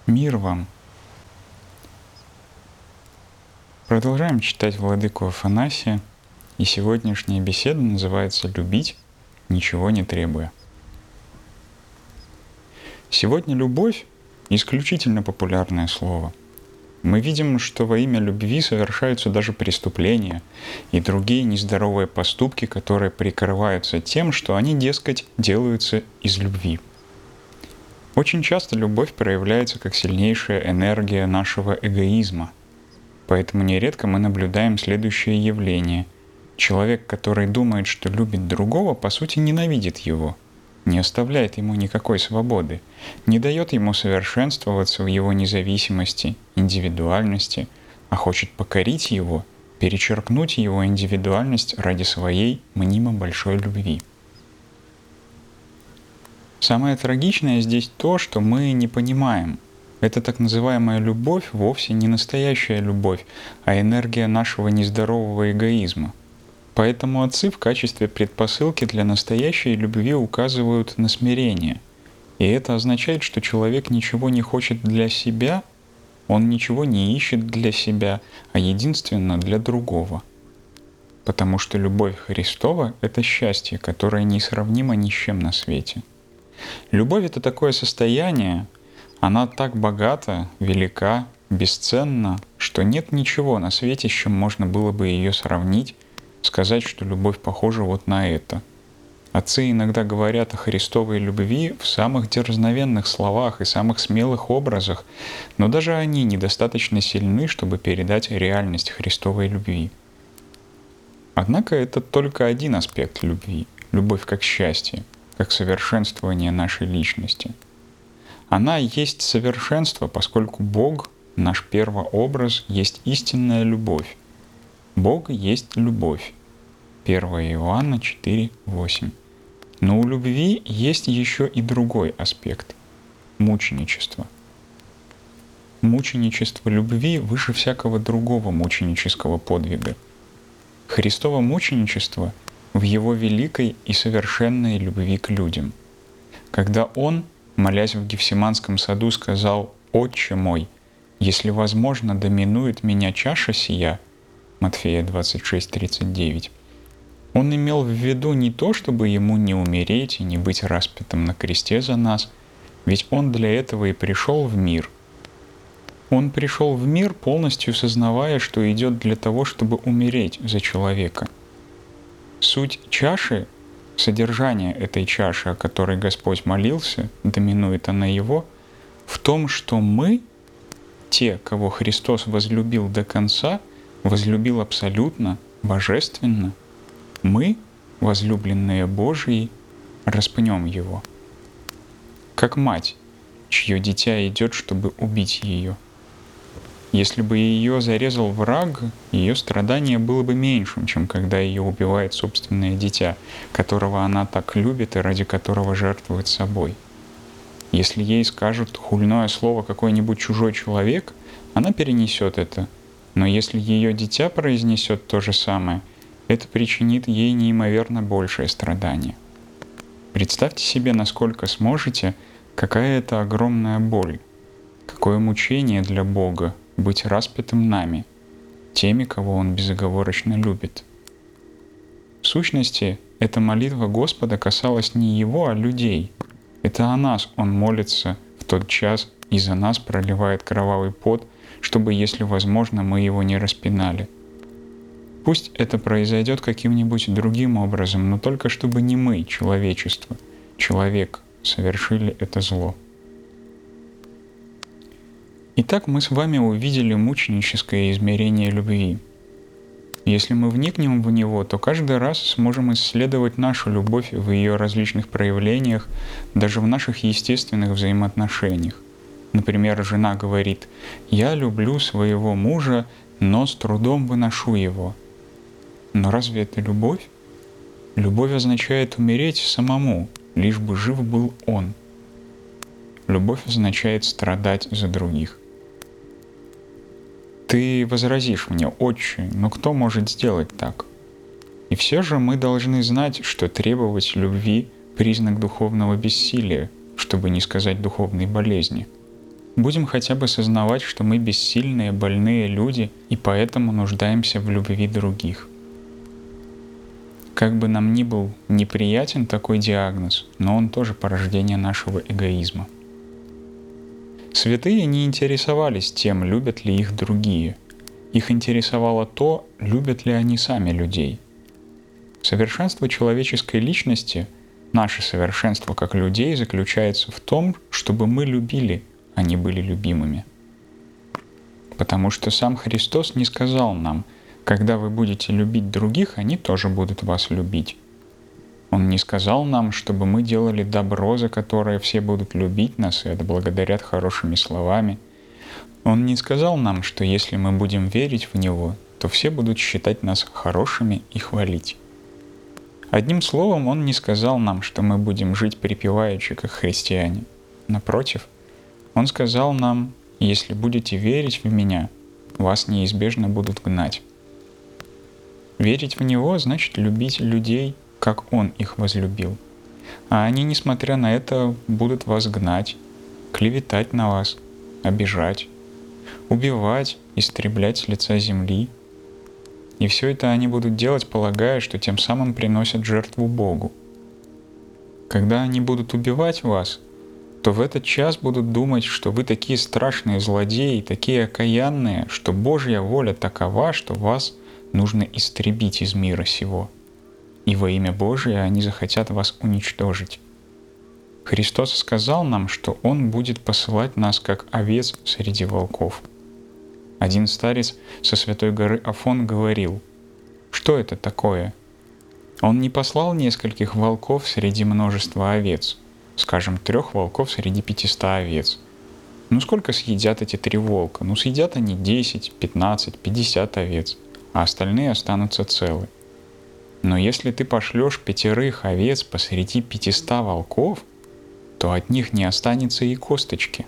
Мир вам! Продолжаем читать Владыку Афанасия, и сегодняшняя беседа называется «Любить, ничего не требуя». Сегодня любовь — исключительно популярное слово. Мы видим, что во имя любви совершаются даже преступления и другие нездоровые поступки, которые прикрываются тем, что они, дескать, делаются из любви. Очень часто любовь проявляется как сильнейшая энергия нашего эгоизма. Поэтому нередко мы наблюдаем следующее явление. Человек, который думает, что любит другого, по сути ненавидит его, не оставляет ему никакой свободы, не дает ему совершенствоваться в его независимости, индивидуальности, а хочет покорить его, перечеркнуть его индивидуальность ради своей мнимо большой любви. Самое трагичное здесь то, что мы не понимаем. Эта так называемая любовь вовсе не настоящая любовь, а энергия нашего нездорового эгоизма. Поэтому отцы в качестве предпосылки для настоящей любви указывают на смирение. И это означает, что человек ничего не хочет для себя, он ничего не ищет для себя, а единственно для другого. Потому что любовь Христова — это счастье, которое несравнимо ни с чем на свете. Любовь — это такое состояние, она так богата, велика, бесценна, что нет ничего на свете, с чем можно было бы ее сравнить, сказать, что любовь похожа вот на это. Отцы иногда говорят о Христовой любви в самых дерзновенных словах и самых смелых образах, но даже они недостаточно сильны, чтобы передать реальность Христовой любви. Однако это только один аспект любви — любовь как счастье, как совершенствование нашей личности. Она есть совершенство, поскольку Бог, наш первообраз, есть истинная любовь. Бог есть любовь. 1 Иоанна 4:8. Но у любви есть еще и другой аспект — мученичество. Мученичество любви выше всякого другого мученического подвига. Христово мученичество в Его великой и совершенной любви к людям. Когда Он, молясь в Гефсиманском саду, сказал: «Отче мой, если возможно, доминует меня чаша сия», Матфея 26:39, Он имел в виду не то, чтобы Ему не умереть и не быть распятым на кресте за нас, ведь Он для этого и пришел в мир. Он пришел в мир, полностью сознавая, что идет для того, чтобы умереть за человека. Суть чаши, содержание этой чаши, о которой Господь молился, доминует она Его, в том, что мы, те, кого Христос возлюбил до конца, возлюбил абсолютно, божественно, мы, возлюбленные Божьи, распнем Его. Как мать, чье дитя идет, чтобы убить ее. Если бы ее зарезал враг, ее страдание было бы меньшим, чем когда ее убивает собственное дитя, которого она так любит и ради которого жертвует собой. Если ей скажут хульное слово какой-нибудь чужой человек, она перенесет это, но если ее дитя произнесет то же самое, это причинит ей неимоверно большее страдание. Представьте себе, насколько сможете, какая это огромная боль, какое мучение для Бога быть распятым нами, теми, кого Он безоговорочно любит. В сущности, эта молитва Господа касалась не Его, а людей. Это о нас Он молится в тот час и за нас проливает кровавый пот, чтобы, если возможно, мы Его не распинали. Пусть это произойдет каким-нибудь другим образом, но только чтобы не мы, человечество, человек, совершили это зло. Итак, мы с вами увидели мученическое измерение любви. Если мы вникнем в него, то каждый раз сможем исследовать нашу любовь в ее различных проявлениях, даже в наших естественных взаимоотношениях. Например, жена говорит: «Я люблю своего мужа, но с трудом выношу его». Но разве это любовь? Любовь означает умереть самому, лишь бы жив был он. Любовь означает страдать за других. Ты возразишь мне: «Отче, но кто может сделать так?» И все же мы должны знать, что требовать любви — признак духовного бессилия, чтобы не сказать духовной болезни. Будем хотя бы сознавать, что мы бессильные, больные люди и поэтому нуждаемся в любви других. Как бы нам ни был неприятен такой диагноз, но он тоже порождение нашего эгоизма. Святые не интересовались тем, любят ли их другие. Их интересовало то, любят ли они сами людей. Совершенство человеческой личности, наше совершенство как людей, заключается в том, чтобы мы любили, а не были любимыми. Потому что сам Христос не сказал нам: когда вы будете любить других, они тоже будут вас любить. Он не сказал нам, чтобы мы делали добро, за которое все будут любить нас и отблагодарят хорошими словами. Он не сказал нам, что если мы будем верить в Него, то все будут считать нас хорошими и хвалить. Одним словом, Он не сказал нам, что мы будем жить припеваючи, как христиане. Напротив, Он сказал нам: если будете верить в Меня, вас неизбежно будут гнать. Верить в Него значит любить людей, как Он их возлюбил. А они, несмотря на это, будут вас гнать, клеветать на вас, обижать, убивать, истреблять с лица земли. И все это они будут делать, полагая, что тем самым приносят жертву Богу. Когда они будут убивать вас, то в этот час будут думать, что вы такие страшные злодеи, такие окаянные, что Божья воля такова, что вас нужно истребить из мира сего. И во имя Божие они захотят вас уничтожить. Христос сказал нам, что Он будет посылать нас как овец среди волков. Один старец со Святой горы Афон говорил: что это такое? Он не послал нескольких волков среди множества овец, скажем, 3 волков среди 500 овец. Ну сколько съедят эти 3 волка? Ну съедят они 10, 15, 50 овец, а остальные останутся целы. Но если ты пошлешь 5 овец посреди 500 волков, то от них не останется и косточки.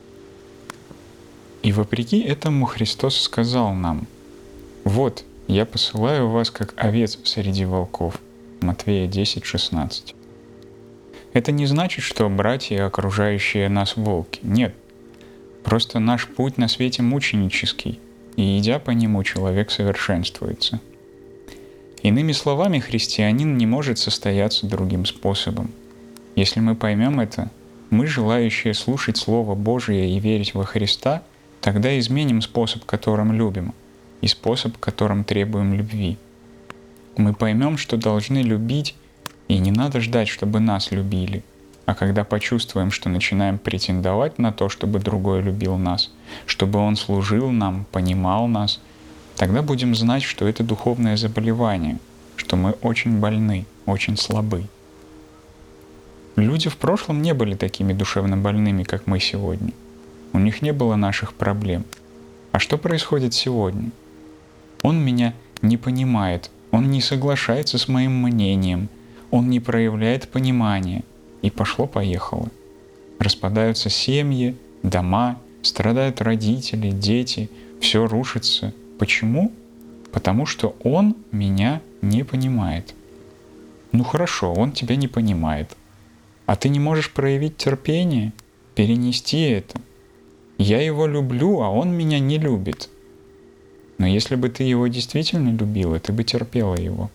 И вопреки этому Христос сказал нам: вот, я посылаю вас как овец среди волков. Матфея 10:16. Это не значит, что братья, окружающие нас, волки. Нет. Просто наш путь на свете мученический, и идя по нему, человек совершенствуется. Иными словами, христианин не может состояться другим способом. Если мы поймем это, мы, желающие слушать Слово Божие и верить во Христа, тогда изменим способ, которым любим, и способ, которым требуем любви. Мы поймем, что должны любить, и не надо ждать, чтобы нас любили. А когда почувствуем, что начинаем претендовать на то, чтобы другой любил нас, чтобы он служил нам, понимал нас, тогда будем знать, что это духовное заболевание, что мы очень больны, очень слабы. Люди в прошлом не были такими душевно больными, как мы сегодня. У них не было наших проблем. А что происходит сегодня? Он меня не понимает, он не соглашается с моим мнением, он не проявляет понимания. И пошло-поехало. Распадаются семьи, дома, страдают родители, дети, все рушится. Почему? Потому что он меня не понимает. Ну хорошо, он тебя не понимает. А ты не можешь проявить терпение, перенести это. Я его люблю, а он меня не любит. Но если бы ты его действительно любила, ты бы терпела его.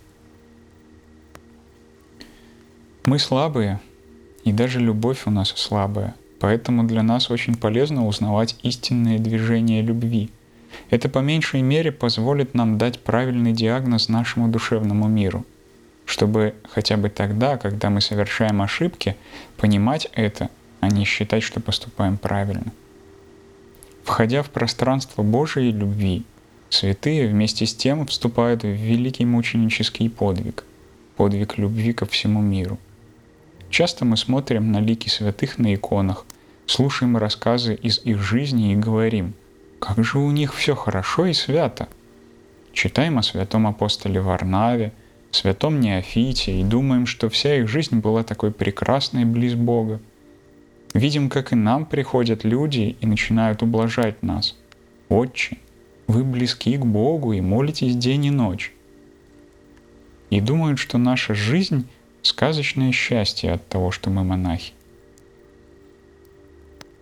Мы слабые, и даже любовь у нас слабая, поэтому для нас очень полезно узнавать истинные движения любви. Это по меньшей мере позволит нам дать правильный диагноз нашему душевному миру, чтобы хотя бы тогда, когда мы совершаем ошибки, понимать это, а не считать, что поступаем правильно. Входя в пространство Божией любви, святые вместе с тем вступают в великий мученический подвиг, подвиг любви ко всему миру. Часто мы смотрим на лики святых на иконах, слушаем рассказы из их жизни и говорим: как же у них все хорошо и свято. Читаем о святом апостоле Варнаве, святом Неофите и думаем, что вся их жизнь была такой прекрасной близ Бога. Видим, как и нам приходят люди и начинают ублажать нас: «Отче, вы близки к Богу и молитесь день и ночь». И думают, что наша жизнь — сказочное счастье от того, что мы монахи.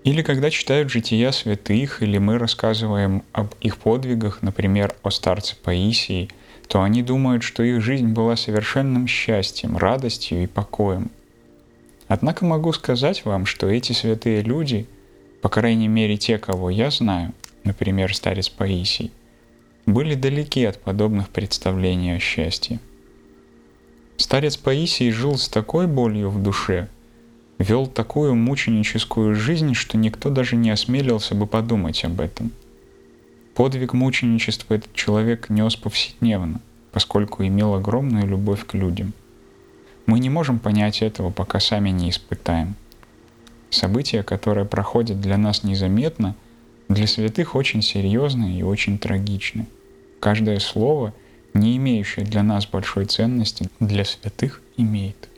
Или когда читают жития святых, или мы рассказываем об их подвигах, например, о старце Паисии, то они думают, что их жизнь была совершенным счастьем, радостью и покоем. Однако могу сказать вам, что эти святые люди, по крайней мере те, кого я знаю, например, старец Паисий, были далеки от подобных представлений о счастье. Старец Паисий жил с такой болью в душе, вел такую мученическую жизнь, что никто даже не осмелился бы подумать об этом. Подвиг мученичества этот человек нес повседневно, поскольку имел огромную любовь к людям. Мы не можем понять этого, пока сами не испытаем. События, которые проходят для нас незаметно, для святых очень серьезны и очень трагичны. Каждое слово, не имеющее для нас большой ценности, для святых имеет.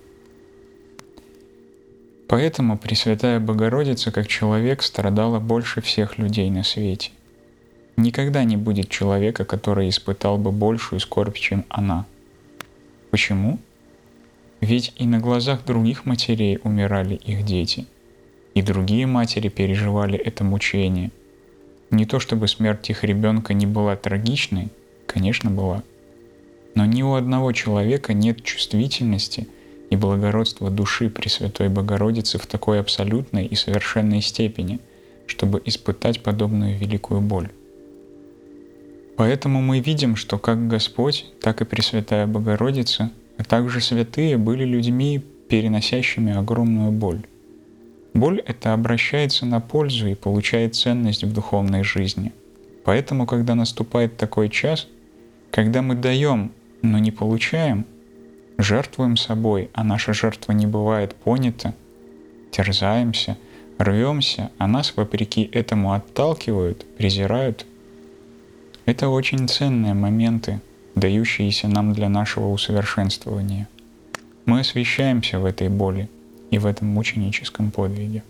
Поэтому Пресвятая Богородица, как человек, страдала больше всех людей на свете. Никогда не будет человека, который испытал бы большую скорбь, чем она. Почему? Ведь и на глазах других матерей умирали их дети, и другие матери переживали это мучение. Не то чтобы смерть их ребенка не была трагичной, конечно, была, но ни у одного человека нет чувствительности и благородства души Пресвятой Богородицы в такой абсолютной и совершенной степени, чтобы испытать подобную великую боль. Поэтому мы видим, что как Господь, так и Пресвятая Богородица, а также святые были людьми, переносящими огромную боль. Боль эта обращается на пользу и получает ценность в духовной жизни. Поэтому, когда наступает такой час, когда мы даем, но не получаем, жертвуем собой, а наша жертва не бывает понята, терзаемся, рвемся, а нас вопреки этому отталкивают, презирают. Это очень ценные моменты, дающиеся нам для нашего усовершенствования. Мы освящаемся в этой боли и в этом мученическом подвиге.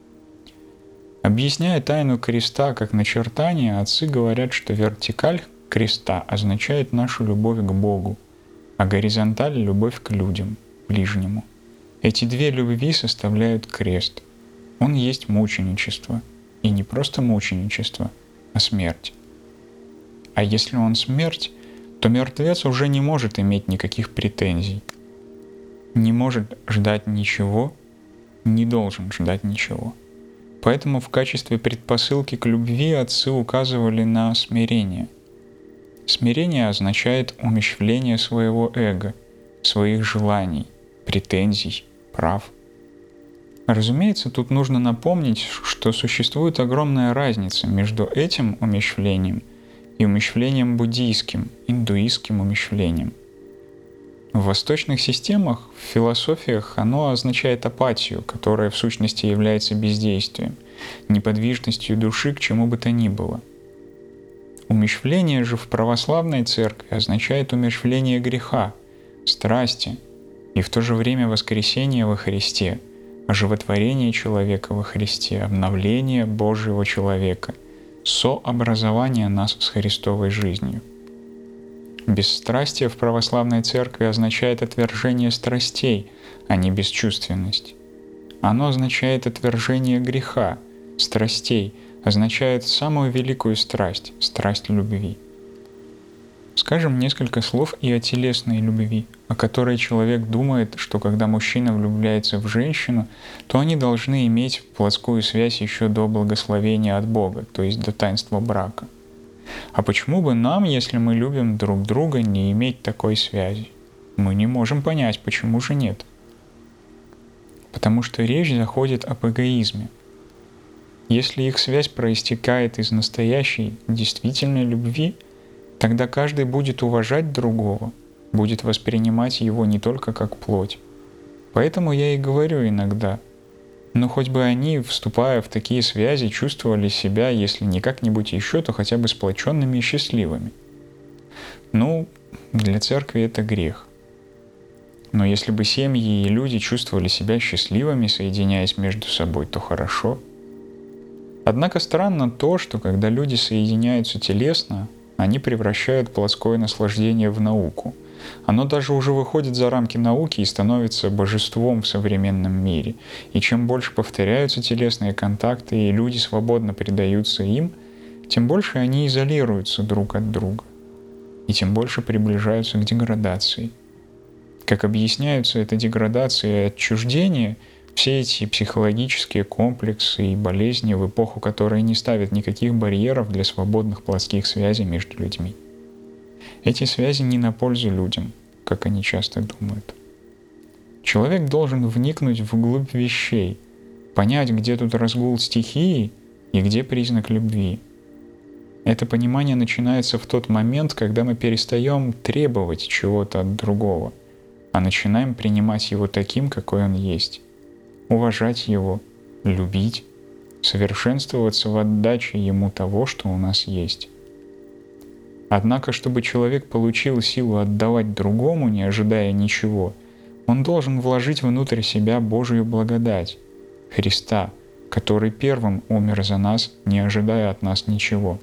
Объясняя тайну креста как начертание, отцы говорят, что вертикаль креста означает нашу любовь к Богу, а горизонталь — любовь к людям, ближнему. Эти две любви составляют крест. Он есть мученичество, и не просто мученичество, а смерть. А если он смерть, то мертвец уже не может иметь никаких претензий, не может ждать ничего, не должен ждать ничего. Поэтому в качестве предпосылки к любви отцы указывали на смирение. Смирение означает умерщвление своего эго, своих желаний, претензий, прав. Разумеется, тут нужно напомнить, что существует огромная разница между этим умерщвлением и умерщвлением буддийским, индуистским умерщвлением. В восточных системах, в философиях оно означает апатию, которая в сущности является бездействием, неподвижностью души к чему бы то ни было. Умерщвление же в православной церкви означает умерщвление греха, страсти и в то же время воскресение во Христе, оживотворение человека во Христе, обновление Божьего человека, сообразование нас с Христовой жизнью. Бесстрастие в православной церкви означает отвержение страстей, а не бесчувственность. Оно означает отвержение греха, страстей, означает самую великую страсть — страсть любви. Скажем несколько слов и о телесной любви, о которой человек думает, что когда мужчина влюбляется в женщину, то они должны иметь плотскую связь еще до благословения от Бога, то есть до таинства брака. А почему бы нам, если мы любим друг друга, не иметь такой связи? Мы не можем понять, почему же нет. Потому что речь заходит об эгоизме. Если их связь проистекает из настоящей, действительной любви, тогда каждый будет уважать другого, будет воспринимать его не только как плоть. Поэтому я и говорю иногда, но хоть бы они, вступая в такие связи, чувствовали себя, если не как-нибудь еще, то хотя бы сплоченными и счастливыми. Для церкви это грех. Но если бы семьи и люди чувствовали себя счастливыми, соединяясь между собой, то хорошо. Однако странно то, что когда люди соединяются телесно, они превращают плотское наслаждение в науку, Оно даже уже выходит за рамки науки и становится божеством в современном мире. И чем больше повторяются телесные контакты, и люди свободно предаются им, тем больше они изолируются друг от друга, и тем больше приближаются к деградации. Как объясняются эта деградация и отчуждение, все эти психологические комплексы и болезни в эпоху, которая не ставит никаких барьеров для свободных плотских связей между людьми. Эти связи не на пользу людям, как они часто думают. Человек должен вникнуть вглубь вещей, понять, где тут разгул стихии и где признак любви. Это понимание начинается в тот момент, когда мы перестаем требовать чего-то от другого, а начинаем принимать его таким, какой он есть, уважать его, любить, совершенствоваться в отдаче ему того, что у нас есть. Однако, чтобы человек получил силу отдавать другому, не ожидая ничего, он должен вложить внутрь себя Божию благодать, Христа, который первым умер за нас, не ожидая от нас ничего.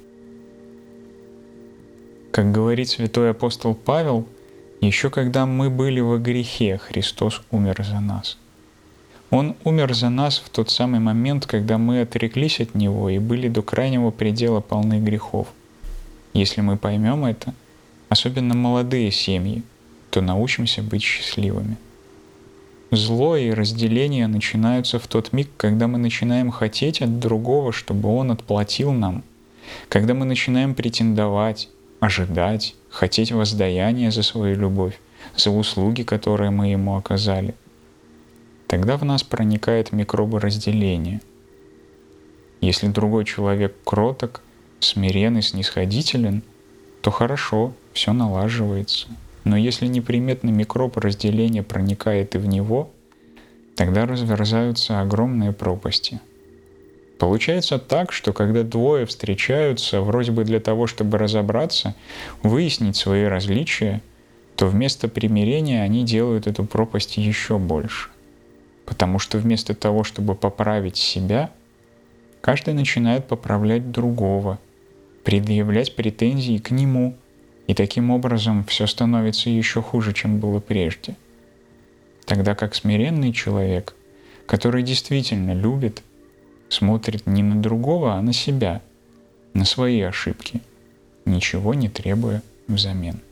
Как говорит святой апостол Павел, еще когда мы были во грехе, Христос умер за нас. Он умер за нас в тот самый момент, когда мы отреклись от Него и были до крайнего предела полны грехов. Если мы поймем это, особенно молодые семьи, то научимся быть счастливыми. Зло и разделение начинаются в тот миг, когда мы начинаем хотеть от другого, чтобы он отплатил нам, когда мы начинаем претендовать, ожидать, хотеть воздаяния за свою любовь, за услуги, которые мы ему оказали. Тогда в нас проникает микробы разделения. Если другой человек кроток, смирен и снисходителен, то хорошо, все налаживается. Но если неприметный микроб разделения проникает и в него, тогда разверзаются огромные пропасти. Получается так, что когда двое встречаются, вроде бы для того, чтобы разобраться, выяснить свои различия, то вместо примирения они делают эту пропасть еще больше. Потому что вместо того, чтобы поправить себя, каждый начинает поправлять другого, предъявлять претензии к нему, и таким образом все становится еще хуже, чем было прежде. Тогда как смиренный человек, который действительно любит, смотрит не на другого, а на себя, на свои ошибки, ничего не требуя взамен.